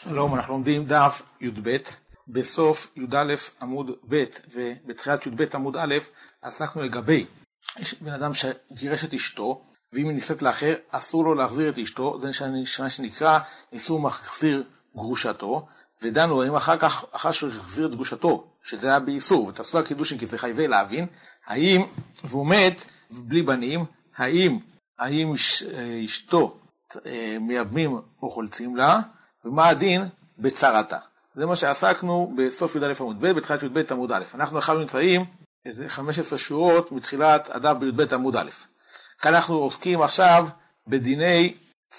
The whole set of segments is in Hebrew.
שלום, אנחנו לומדים דף י"ב, בסוף י"א עמוד ב' ובתחילת י"ב עמוד א', עסקנו לגבי בן אדם שגירש את אשתו, ואם היא נישאת לאחר, אסור לו להחזיר את אשתו, זה מה שנקרא איסור מחזיר גרושתו, ודנו האם אחר שהוא החזיר את גרושתו, שזה היה באיסור, ותפסו הקידושין כי זה חייבי להבין, האם, והוא מת בלי בנים, האם אשתו מייבמים או חולצים לה, ומה הדין בצרתה. זה מה שעסקנו בסוף י"א עמוד ב' בתחילת י"ב עמוד א'. אנחנו עכשיו נמצאים 15 שורות מתחילת הדף בי"ב עמוד א'. כאן אנחנו עוסקים עכשיו בדיני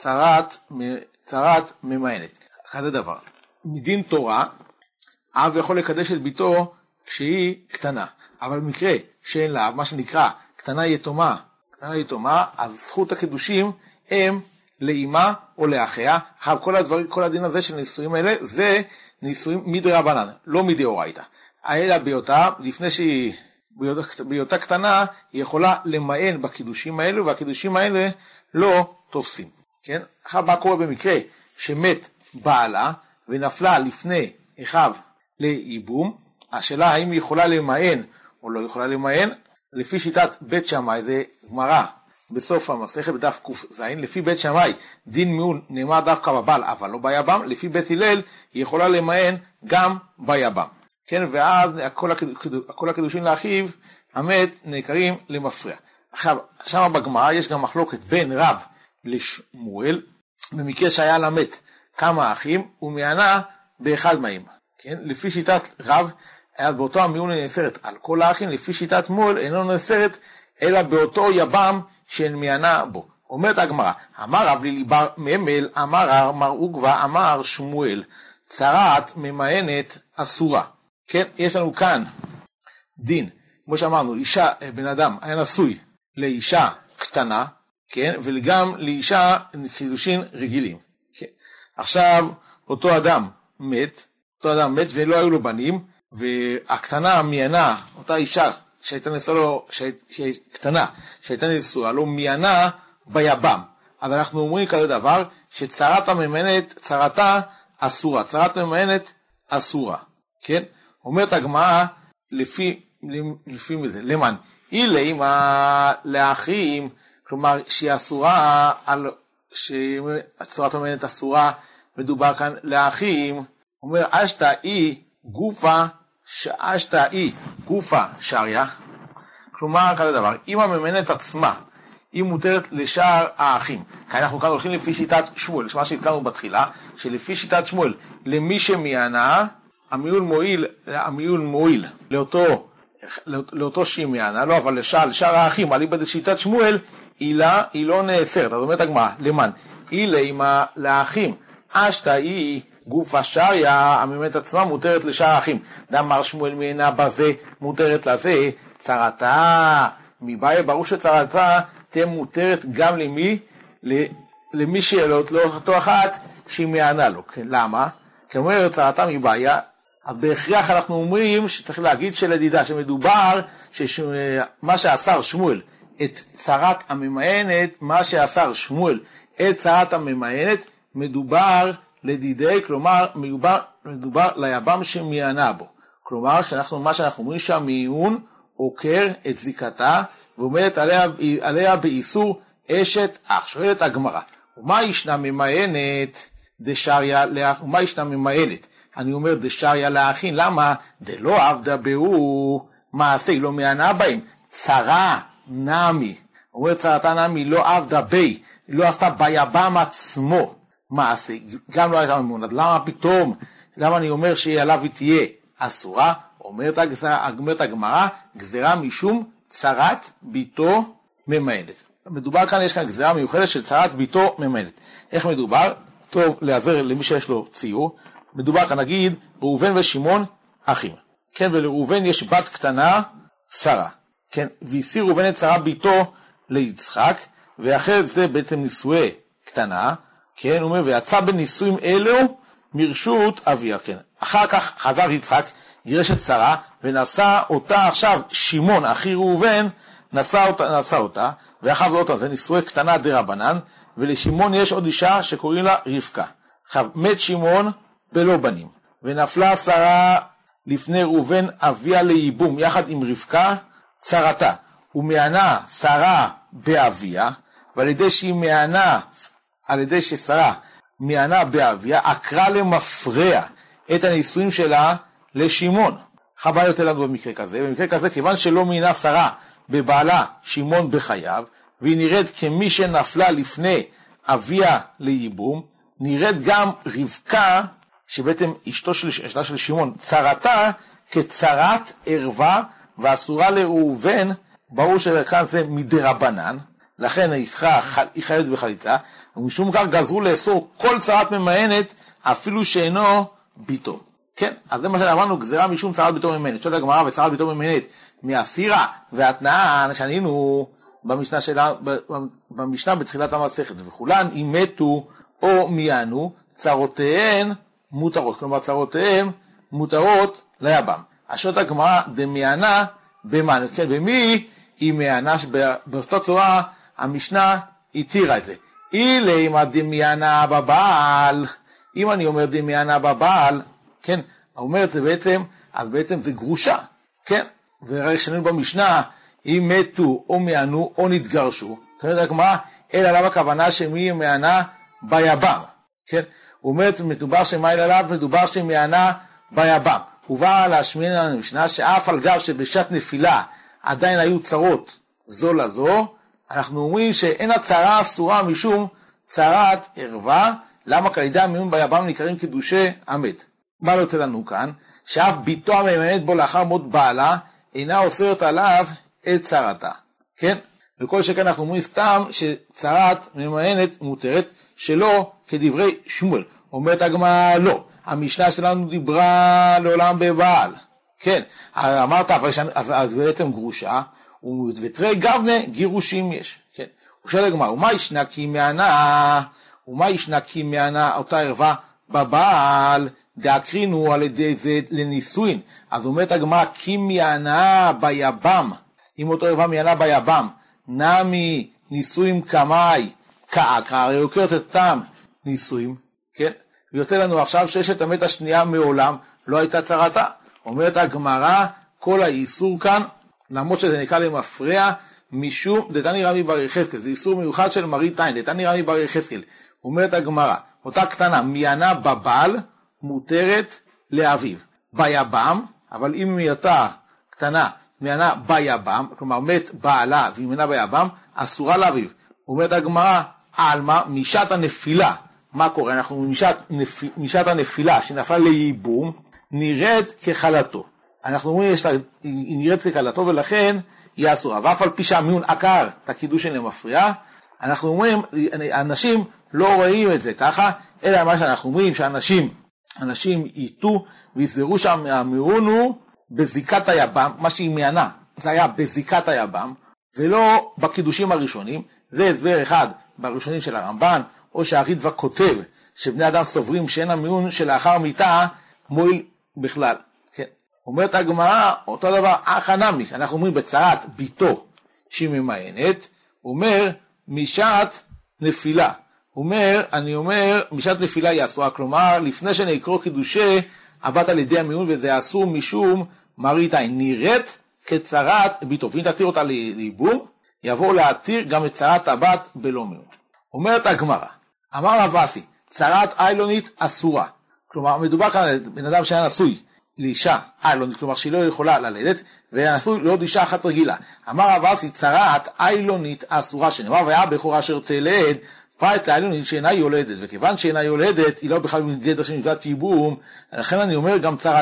צרת ממאנת. כזה דבר. מדין תורה, אב יכול לקדש את ביתו כשהיא קטנה. אבל במקרה שאין לה, מה שנקרא קטנה יתומה, אז זכות הקידושים הם לאמא או לאחיה. כל הדין הזה של נישואים האלה זה נישואים מדרבנן, לא מדאורייתא. אלא בהיותה קטנה היא יכולה למען בקידושים האלו, והקידושים האלה לא תופסים. כן? עכשיו מה קורה במקרה שמת בעלה ונפלה לפני אחיו לייבום? השאלה האם היא יכולה למען או לא יכולה למען? לפי שיטת בית שמאי, זה גמרא בסוף המסכת בדף ק"ז, לפי בית שמאי דין מיעון נאמר דווקא בבעל אבל לא ביבם, לפי בית הלל היא יכולה למען גם ביבם. כן, ואז כל הקידושין לאחיו המת נעקרים למפרע. עכשיו שם בגמרא יש גם מחלוקת בין רב לשמואל, במקרה שהיה למת כמה אחים ומענה באחד מהם. כן, לפי שיטת רב אז באותו המיעון נאסרת על כל האחים, לפי שיטת שמואל אינו נאסרת אלא באותו יבם שנמענה בו. אומרת הגמרא, אמר רב ליבר ממל, אמר מר עוגבא, אמר שמואל, צרת ממאנת אסורה. כן, יש לנו כאן דין, כמו שאמרנו, בן אדם היה נשוי לאישה קטנה, כן, וגם לאישה קידושין רגילים. כן. עכשיו אותו אדם מת ולא היו לו בנים, והקטנה מיינה, אותה אישה שהייתה נשואה לו מיינה ביבם. אז אנחנו אומרים כזה דבר, שצרת הממאנת, צרתה אסורה. צרת ממאנת אסורה. כן? אומרת הגמרא לפי מזה, למען, אימה לאחים, כלומר שהיא אסורה, שצרת ממאנת אסורה, מדובר כאן לאחים, אומר אשתא אי גופה שריה, כלומר כזה דבר, אם הממאנת עצמה היא מותרת לשאר האחים, כי אנחנו כאן הולכים לפי שיטת שמואל, מה שהזכרנו בתחילה, שלפי שיטת שמואל למי שמיינה המיעון מועיל לאותו שהיא מיינה, לא, אבל לשאר האחים על ידי שיטת שמואל היא לא נאסרת. אז אומרת הגמרא, למען אימה לאחים אשתא אי גופה שריה, הממאנת עצמה מותרת לשאר האחים. דאמר שמואל מיינה בזה מותרת לזה, צרתה מבעיה, ברור שצרתה תהיה מותרת גם למי לאותו אחת שהיא מיינה לו. כן, למה? כי אומרת צרתה מבעיה, אז בהכרח אנחנו אומרים שצריך להגיד שלדידה, שמדובר מה שאסר שמואל את צרת הממאנת, מה שאסר שמואל את צרת הממאנת, מדובר לדידי, כלומר מדובר ליבם שמיינה בו. כלומר מה שאנחנו אומרים שהמיעון עוקר את זיקתה ועומדת עליה באיסור אשת אח. שואלת הגמרא, ומה ישנה ממאנת דשריה לאח, ומה ישנה ממאנת? אני אומר דשריה לאחים, למה? דלא עבדה בהו מעשה, היא לא מיינה בהם, צרה נמי. אומרת צרתה נמי לא עבדה בי, היא לא עשתה ביבם עצמו מעשה, גם לא הייתה ממונת. למה פתאום? למה אני אומר שעליו היא תהיה אסורה? אומרת הגמרא, גזרה משום צרת ביתו ממאנת. מדובר כאן, יש כאן גזרה מיוחדת של צרת ביתו ממאנת. איך מדובר? טוב לעזר למי שיש לו ציור. מדובר כאן, נגיד, ראובן ושמעון אחים. כן, ולראובן יש בת קטנה, שרה. כן, והסיר ראובן את שרה ביתו ליצחק, ואחרי זה בעצם נישואי קטנה, כן, הוא אומר, ויצא בנישואים אלו מרשות אביה, כן. אחר כך חזר יצחק, גירש את שרה, ונשא אותה עכשיו שמעון, אחי ראובן, נשא אותה, ואחר אותה, זה נישואי קטנה דרבנן, ולשמעון יש עוד אישה שקוראים לה רבקה. עכשיו, מת שמעון בלא בנים. ונפלה שרה לפני ראובן אביה לייבום יחד עם רבקה צרתה, ומענה שרה באביה, ועל ידי שהיא מענה, על ידי ששרה מענה באביה, עקרה למפרע את הנישואים שלה לשמעון. חבל יותר לנו במקרה כזה. במקרה כזה, כיוון שלא מענה שרה בבעלה שמעון בחייו, והיא נראית כמי שנפלה לפני אביה לייבום, נראית גם רבקה, שבעצם אשתו של שמעון, צרתה כצרת ערווה, ואסורה לראובן, ברור שכאן זה מדרבנן, לכן היא חייבת בחליצה, ומשום כך גזרו לאסור כל צרת ממאנת, אפילו שאינו ביתו. כן, אז זה מה שאמרנו, גזרה משום צרת ביתו ממאנת. שואלת הגמרא, וצרת ביתו ממאנת מהסירה והתנאה שענינו במשנה בתחילת המסכת, וכולן אם מתו או מיינו, צרותיהן מותרות, כלומר צרותיהן מותרות ליבם. השאלת הגמרא, דמיינה במאנו, כן, במי היא מיינה? באותה צורה המשנה התירה את זה. אילי אם דמיינה בבעל, אם אני אומר דמיינה בבעל, כן, אומרת זה בעצם, אז בעצם זה גרושה, כן, וראי שנינו במשנה, אם מתו או מיינו או נתגרשו, כן, רק מה, אלא עליו הכוונה שמי מיינה ביבם, כן, הוא אומרת, מדובר שמייל עליו, מדובר שמיינה ביבם. הוא בא להשמיע לנו במשנה, שאף על גב שבשעת נפילה עדיין היו צרות זו לזו, אנחנו אומרים שאין הצרה אסורה משום צרת ערווה, למה כי על ידי המיון ביבם נקראים קידושי המת. מה לא יוצא לנו כאן? שאף ביתו הממנת בו לאחר מות בעלה, אינה אוסרת עליו את צרתה. כן? וכל שכן אנחנו אומרים סתם שצרת ממנת מותרת, שלא כדברי שמואל. אומרת הגמרא לא. המשנה שלנו דיברה לעולם בבעל. כן, אמרת, אז בעצם גרושה, ותרי גבנה גירושים יש. כן, הוא שואל הגמרא, ומה ישנה כי מענה אותה ערווה בבעל, דאקרינו על ידי זה לנישואין. אז אומרת הגמרא, כי מענה ביבם, אם אותו ערווה מענה ביבם, נמי נישואין קמאי, הרי יוקרת את אותם נישואין, כן? ויוצא לנו עכשיו ששת המת השנייה מעולם לא הייתה צרתה. אומרת הגמרא, כל האיסור כאן, למרות שזה נקרא למפרע, משום דתני רבי בר יחזקאל, זה איסור מיוחד של מראית עין, דתני רבי בר יחזקאל. אומרת הגמרא, אותה קטנה, מענה בבעל, מותרת לאביו. ביבם, אבל אם היא אותה קטנה, מענה ביבם, כלומר מת בעלה והיא מענה ביבם, אסורה לאביו. אומרת הגמרא, עלמא, משעת הנפילה, מה קורה? אנחנו משעת הנפילה שנפלה לייבום, נראית כחלתו. אנחנו אומרים, היא נראית כחלתו ולכן היא אסורה. ואף על פי שהמיון עקר את הקידושין למפרע, אנחנו אומרים, אנשים לא רואים את זה ככה, אלא מה שאנחנו אומרים, שאנשים ייתו ויסדרו שהמיון הוא בזיקת היבם, מה שהיא מענה, זה היה בזיקת היבם, ולא בקידושים הראשונים. זה הסבר אחד בראשונים של הרמב"ן, או שהרידב"א כותב שבני אדם סוברים שאין המיון שלאחר מיתה מועיל בכלל. כן. אומרת הגמרא, אותו דבר, אחא נמי, אנחנו אומרים בצרת ביתו שהיא ממאנת, אומר משעת נפילה. אני אומר, משעת נפילה היא אסורה, כלומר, לפני שנקרוא קידושי הבת על ידי המיון, וזה אסור משום מראית עין, נראית כצרת ביתו. ואם תתיר אותה לייבום, יבוא להתיר גם את צרת הבת בלא מיון. אומרת הגמרא, אמר רב אסי, צרת איילונית אסורה. כלומר, מדובר כאן על בן אדם שהיה נשוי לאישה איילונית, כלומר שהיא לא יכולה ללדת, והיה נשוי לעוד אישה אחת רגילה. אמר רב אסי, צרת איילונית אסורה, שנאמר, והיה בכורה אשר תלד, פרט לאיילונית שאינה יולדת, וכיוון שאינה יולדת, היא לא בכלל בגדר של נפילת ייבום, לכן אני אומר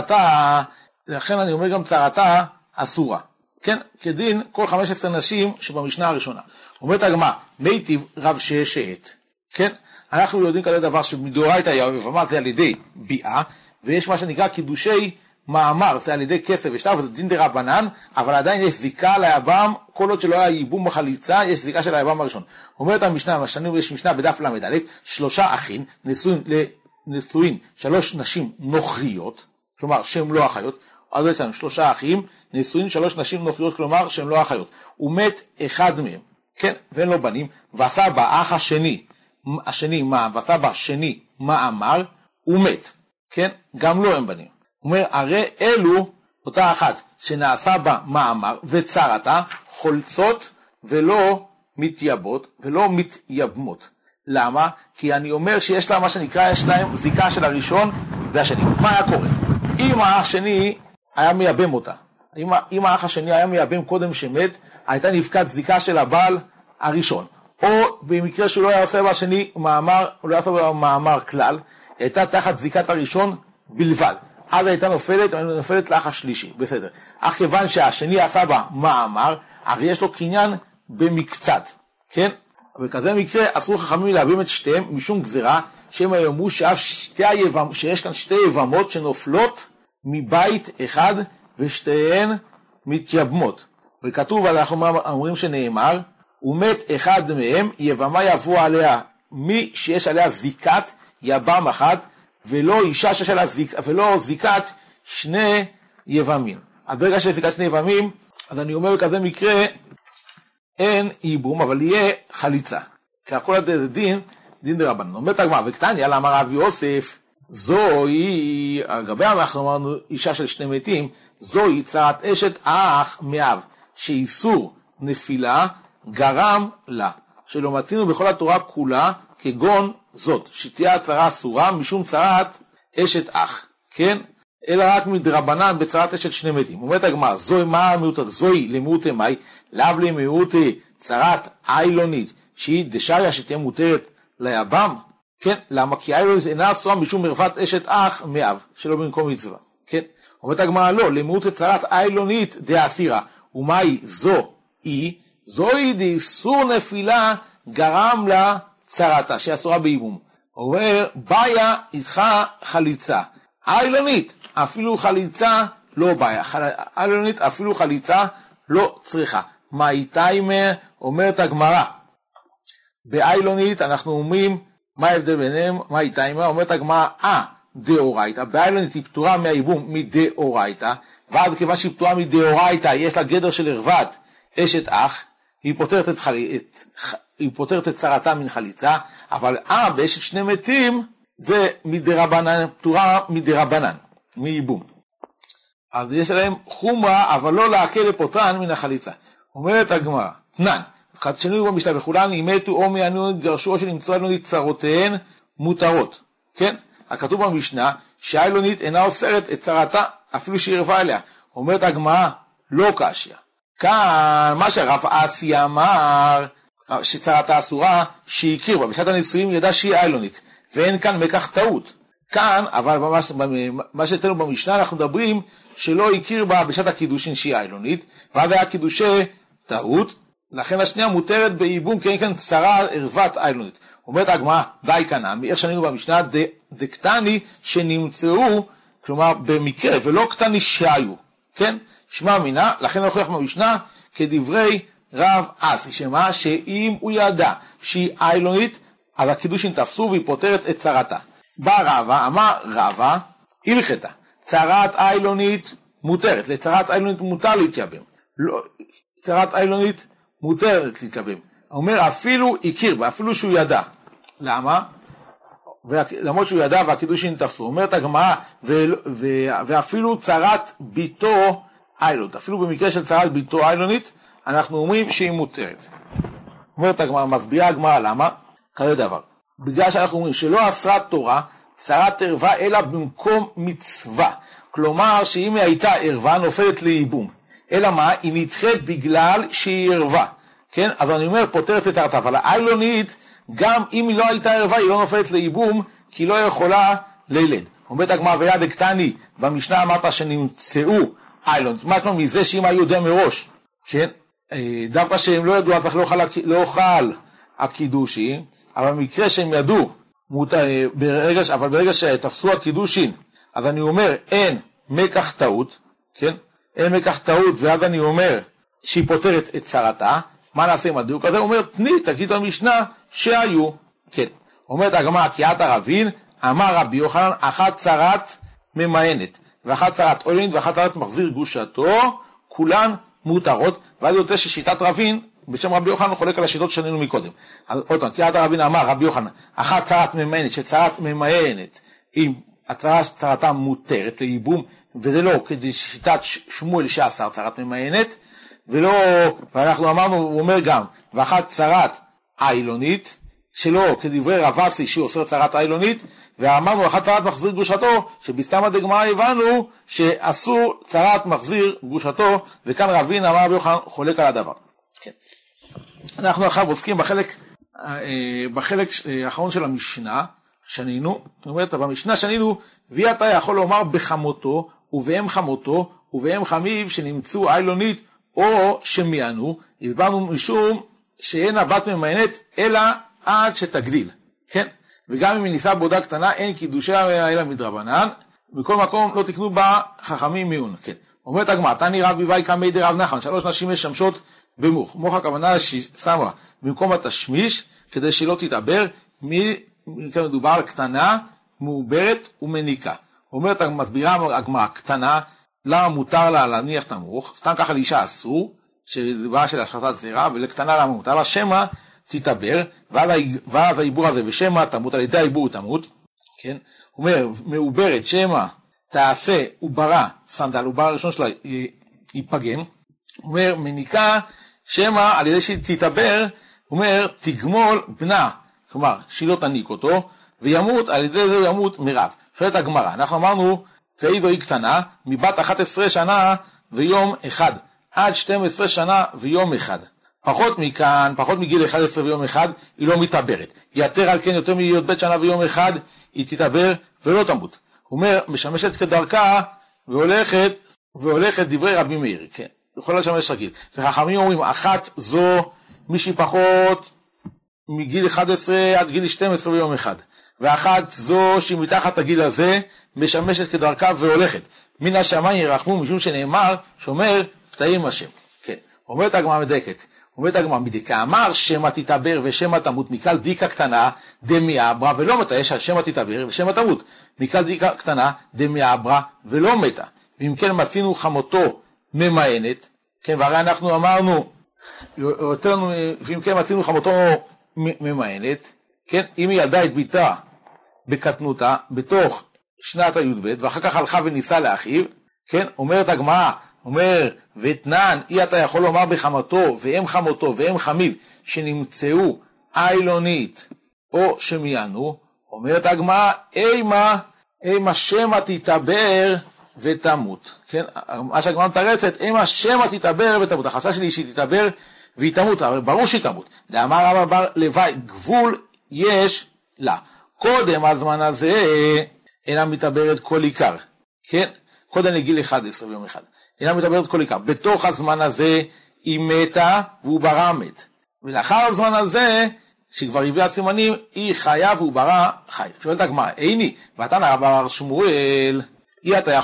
גם צרתה אסורה. כן, כדין כל 15 נשים שבמשנה הראשונה. אומרת הגמרא, מיטיב רב ששת. כן, אנחנו יודעים כזה דבר שמדאורייתא יבמה זה על ידי ביאה, ויש מה שנקרא קידושי מאמר, זה על ידי כסף ושטר, וזה דין דרבנן, אבל עדיין יש זיקה ליבם, כל עוד שלא היה ייבום בחליצה, יש זיקה של היבם הראשון. אומרת המשנה, יש משנה בדף ל"א, 3 אחים, נשואים 3 נשים נוכריות, כלומר שהן לא אחיות, אז יש לנו 3 אחים, נשואים 3 נשים נוכריות, כלומר שהן לא אחיות. הוא מת אחד מהם, כן, ואין לו בנים, ועשה באח השני מה אמר, הוא מת, כן, גם לא הם בנים. הוא אומר, הרי אלו, אותה אחת שנעשה בה מאמר וצרתה, חולצות ולא מתייבות ולא מתייבמות. למה? כי אני אומר שיש לה מה שנקרא, יש להם זיקה של הראשון והשני. מה היה קורה? אם האח שני היה מייבם אותה, אם האח השני היה מייבם קודם שמת, הייתה נפקת זיקה של הבעל הראשון. או במקרה שהוא לא היה עושה בשני מאמר, הוא לא היה עושה מאמר כלל, הייתה תחת זיקת הראשון בלבד. אז הייתה נופלת לאח השלישי, בסדר. אך כיוון שהשני עשה בה מאמר, הרי יש לו קניין במקצת, כן? בכזה מקרה אסור חכמים להבין את שתיהם משום גזירה, שהם יאמרו שיש כאן שתי יבמות שנופלות מבית אחד ושתיהן מתייבמות. וכתוב, אנחנו אומרים שנאמר, ומת אחד מהם, יבמה יבוא עליה מי שיש עליה זיקת יבם אחת, ולא אישה שיש עליה ולא זיקת שני יבמים. אז ברגע שיש זיקת שני יבמים, אז אני אומר בכזה מקרה, אין ייבום, אבל יהיה חליצה. כי הכל הזה דין דרבנן. אומרת הגמרא, וקטניה לאמר רבי יוסף, זוהי, לגבי אנחנו אמרנו אישה של שני מתים, זוהי צרת אשת אח מאב, שאיסור נפילה גרם לה, שלא מצינו בכל התורה כולה כגון זאת, שתהיה הצרה אסורה משום צרת אשת אח, כן? אלא רק מדרבנן בצרת אשת שני מתים. אומרת הגמרא, זוהי מה המיעוט הזה? זוהי למיעוט מאי, לאו למיעוט צרת איילונית, שהיא דשריה שתהיה מותרת ליבם, כן? למה? כי איילונית אינה אסורה משום מרוות אשת אח מאב, שלא במקום מצווה, כן? אומרת הגמרא, לא, למיעוט צרת איילונית דאסירה, ומאי זו היא, זוהי דאיסור נפילה גרם לה צרתה, שהיא אסורה בייבום. אומר, בעיה איתך חליצה. איילונית, אפילו חליצה לא בעיה. איילונית, אפילו חליצה לא צריכה. מה איתה אומרת הגמרא. באיילונית אנחנו אומרים, מה ההבדל ביניהם? מה איתה אומרת הגמרא, דאורייתא. באיילונית היא פטורה מהייבום מדאורייתא, ועד כיוון שהיא פטורה מדאורייתא, יש לה גדר של ערוות אשת אח, היא פותרת את צרתה מן חליצה, אבל באשת שני מתים זה מדרבנן, פטורה מדרבנן, מייבום. אז יש להם חומרה, אבל לא להקל לפוטרן מן החליצה. אומרת הגמרא, תנן, חדשנו במשנה, וכולן ימתו או מענו גרשו או שנמצאו אלונית צרותיהן מותרות. כן? הכתוב במשנה, שהאלונית אינה אוסרת את צרתה, אפילו שהיא ערבה אליה. אומרת הגמרא, לא קשיא. כאן, מה שרב אסי אמר, שצרתה אסורה, שהכיר בה, בשעת הנישואים ידע שהיא איילונית, ואין כאן מקח טעות. כאן, אבל מה שתנו במשנה, אנחנו מדברים שלא הכיר בה בשעת הקידושין שהיא איילונית, ואז היה קידושי טעות, לכן השנייה מותרת בייבום, כי אין כאן צרה ערוות איילונית. אומרת הגמרא, די כאן, איך שנינו במשנה, דקטני שנמצאו, כלומר במקרה, ולא קטני שהיו, כן? שמע מינה, לכן נוכיח במשנה כדברי רב אסי, שמה שאם הוא ידע שהיא איילונית, אז הקידושין תפסו והיא פותרת את צרתה. בא רבא, אמר רבא, הלכתה, צרת איילונית מותרת, לצרת איילונית מותר להתייבם. לא, צרת איילונית מותרת להתייבם. אומר אפילו הכיר בה, אפילו שהוא ידע. למה? למרות שהוא ידע והקידושין תפסו. אומרת הגמרא, ואפילו צרת ביתו איילונית, אפילו במקרה של צרת ביתו איילונית, אנחנו אומרים שהיא מותרת. אומרת הגמרא, מסבירה הגמרא למה? כזה דבר. בגלל שאנחנו אומרים שלא אסרה תורה, צרת ערווה אלא במקום מצווה. כלומר שאם היא הייתה ערווה נופלת לייבום. אלא מה? היא נדחית בגלל שהיא ערווה. כן? אז אני אומר פותרת את הרתה, אבל האיילונית, גם אם היא לא הייתה ערווה, היא לא נופלת לייבום, כי היא לא יכולה לילד. אומרת הגמרא, ויד הקטני, במשנה אמרת שנמצאו איילונית. מה אתם מזה שאם היו יודע מראש, כן? דווקא שהם לא ידעו, אז לא אוכל הקידושין, אבל במקרה שהם ידעו, אבל ברגע שתפסו הקידושין, אז אני אומר, אין מקח טעות, כן? אין מקח טעות, ואז אני אומר שהיא פותרת את צרתה, מה נעשה עם הדיוק הזה? הוא אומר, תני, תגיד למשנה שהיו, כן. אומרת הגמרא, כי את הרבין, אמר רבי יוחנן, אחת צרת ממאנת, ואחת צרת אוילנית, ואחת צרת מחזיר גושתו, כולן מותרות, ואז יוצא ששיטת רבין, בשם רבי יוחנן חולק על השיטות שנינו מקודם. אז עוד פעם, כי את הרבין אמר רבי יוחנן, אחת צרת ממאנת, שצרת ממאנת, היא צרתה מותרת לייבום, וזה לא כדי שיטת שמואל שאסר צרת ממיינת, ולא, ואנחנו אמרנו, הוא אומר גם, ואחת צרת איילונית, שלא כדברי רבסי שהוא אוסר צרת איילונית, ואמרנו אחת צרת מחזיר גרושתו, שבסתמא דגמרא הבנו שאסור צרת מחזיר גרושתו, וכאן רבין אמר רבי יוחנן חולק על הדבר. כן. אנחנו עכשיו עוסקים בחלק האחרון של המשנה, שנינו, זאת אומרת, במשנה שנינו, ואי אתה יכול לומר בחמותו, ובאם חמותו, ובאם חמיו שנמצאו איילונית, או שמיינו, הסברנו משום שאין הבת ממיינת, אלא עד שתגדיל, כן? וגם אם היא ניסה בעודה קטנה, אין קידושיה אלא מדרבנן, בכל מקום לא תקנו בה חכמים מיון, כן? אומרת הגמרא, תני רבי ואי קמי דרב נחמן, 3 נשים משמשות במוך, מוך הכוונה ששמה במקום התשמיש, כדי שלא תתעבר, מדובר על קטנה, מעוברת ומניקה. אומרת מסבירה הגמרא, קטנה, למה מותר לה להניח את המוך, סתם ככה לאישה אסור, שזה בעיה של השחטת זרע, ולקטנה למה מותר לה, שמא תתעבר, ואז העיבור הזה ושמא תמות, על ידי העיבור תמות, כן? הוא אומר, מעוברת, שמא תעשה עוברה סנדל, עוברה הראשון שלה ייפגם, הוא אומר, מניקה, שמא על ידי שהיא תתעבר, הוא אומר, תגמול בנה, כלומר, שהיא לא תניק אותו, וימות, על ידי זה ימות מרב. שואלת הגמרא, אנחנו אמרנו, ואיזו היא קטנה, מבת 11 שנה ויום אחד, עד 12 שנה ויום אחד. פחות מכאן, פחות מגיל 11 ויום אחד, היא לא מתעברת. יתר על כן יותר מי"ב שנה ויום אחד, היא תתעבר ולא תמות. הוא אומר, משמשת כדרכה, והולכת דברי רבי מאיר, כן, יכולה לשמש רגיל. וחכמים אומרים, אחת זו, מישהי פחות מגיל 11 עד גיל 12 ויום אחד. ואחת זו שהיא מתחת הגיל הזה, משמשת כדרכה והולכת. מן השמיים ירחמו, משום שנאמר, שאומר, פתאים השם. כן, אומרת הגמרא מדקת. אומרת הגמרא, מדיקה אמר שמא תתעבר ושמא תמות, מקל דיקה קטנה דמי אברה ולא מתה, יש שמא תתעבר ושמא תמות. מקל דיקה קטנה דמי אברה ולא מתה. ואם כן מצינו חמותו ממיינת, כן, והרי אנחנו אמרנו, ואם כן מצינו חמותו ממיינת, כן, אם היא ילדה את ביתה בקטנותה, בתוך שנת הי"ב, ואחר כך הלכה וניסה לאחיו, כן, אומרת הגמרא, אומר, ותנן, אי אתה יכול לומר בחמתו, ואם חמותו, ואם חמיו, שנמצאו איילונית, או שמיינו, אומרת הגמרא, אימה שמא תתעבר ותמות. כן, מה שהגמרא מתרצת, אימה שמא תתעבר ותמות. החשש שלי שהיא תתעבר והיא תמות, אבל ברור שהיא תמות. דאמר רבא בר לוואי, גבול יש לה. קודם הזמן הזה אינה מתעברת כל עיקר. כן, קודם לגיל 11 ביום אחד. אינה מתעברת כל עיקר. בתוך הזמן הזה היא מתה והוא ברא מת. ולאחר הזמן הזה, שכבר הביאה סימנים, היא חיה והוא ברא חי. שואלת הגמרא, איני, ותנא רבא בר שמואל, אי אתה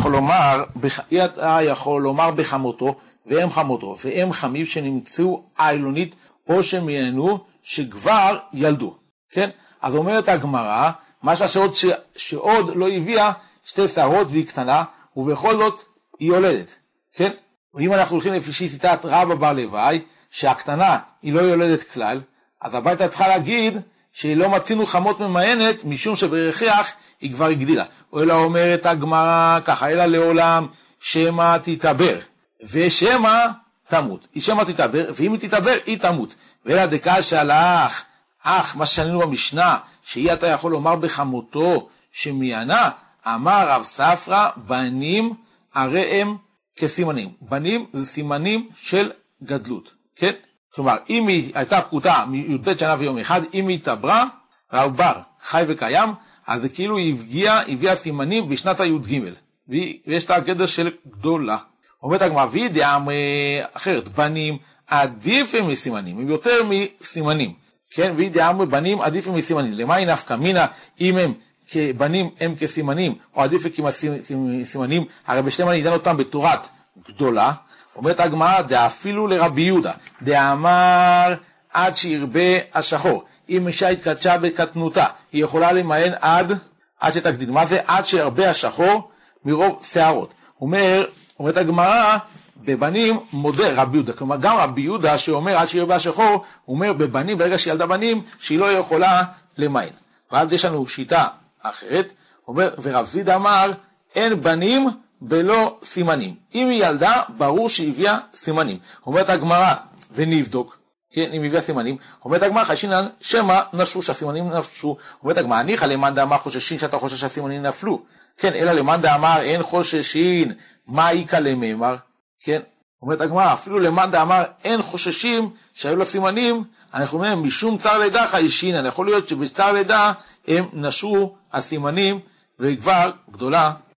יכול לומר בחמותו, ואם חמותו, ואם חמיו שנמצאו איילונית, או שמיינו, שכבר ילדו. כן? אז אומרת הגמרא, מה שהשעות שעוד לא הביאה, 2 שערות והיא קטנה, ובכל זאת היא יולדת. כן? ואם אנחנו הולכים לפי שיטת רבא בר לוואי, שהקטנה היא לא יולדת כלל, אז הביתה צריכה להגיד שהיא לא מצינו חמות ממיינת, משום שבהכרח היא כבר הגדילה. אלא אומרת הגמרא ככה, אלא לעולם שמא תתעבר, ושמא תמות. היא שמא תתעבר, ואם היא תתעבר, היא תמות. ואלא דקה שהלך, מה ששנינו במשנה, שהיא אתה יכול לומר בחמותו שמיינה, אמר רב ספרא, בנים הרי הם כסימנים. בנים זה סימנים של גדלות. כן? כלומר, אם היא הייתה פקוטה מי"ב שנה ויום אחד, אם היא התעברה, רב בר חי וקיים, אז זה כאילו היא הביאה סימנים בשנת הי"ג, ויש את הגדר של גדולה. אומרת הגמרא, והיא דעה אחרת, בנים עדיף הם מסימנים, הם יותר מסימנים, כן? והיא דעה בנים עדיף הם מסימנים. למה היא נפקא מינה, אם הם כבנים הם כסימנים, או עדיף כסימנים, הרי בשלם אני אדן אותם בתורת גדולה. אומרת הגמרא, אפילו לרבי יהודה, דאמר עד שירבה השחור. אם אישה התקדשה בקטנותה, היא יכולה למען עד שתגדיל. מה זה? עד שירבה השחור מרוב שערות. אומרת הגמרא, בבנים מודה רבי יהודה. כלומר, גם רבי יהודה שאומר עד שירבה השחור, הוא אומר בבנים, ברגע שהיא ילדה בנים, שהיא לא יכולה למען. ואז יש לנו שיטה אחרת, אומר, ורב זידה אמר, אין בנים בלא סימנים. אם היא ילדה, ברור שהיא הביאה סימנים. אומרת הגמרא, ונבדוק, כן, אם הביאה סימנים, אומרת הגמרא, חשינן, שמה נשו, שהסימנים נפשו. אומרת הגמרא, ניחא למאן דאמר חוששין, שאתה חושש שהסימנים נפלו. כן, אלא למאן דאמר, אין חוששין, מה איקא למאמר? כן, אומרת הגמרא, אפילו למאן דאמר, אין חוששים שהיו לה סימנים, אנחנו אומרים, משום צער לידה חיישינן, יכול להיות שבצער לידה הם נשו הסימנים, והיא כבר גדולה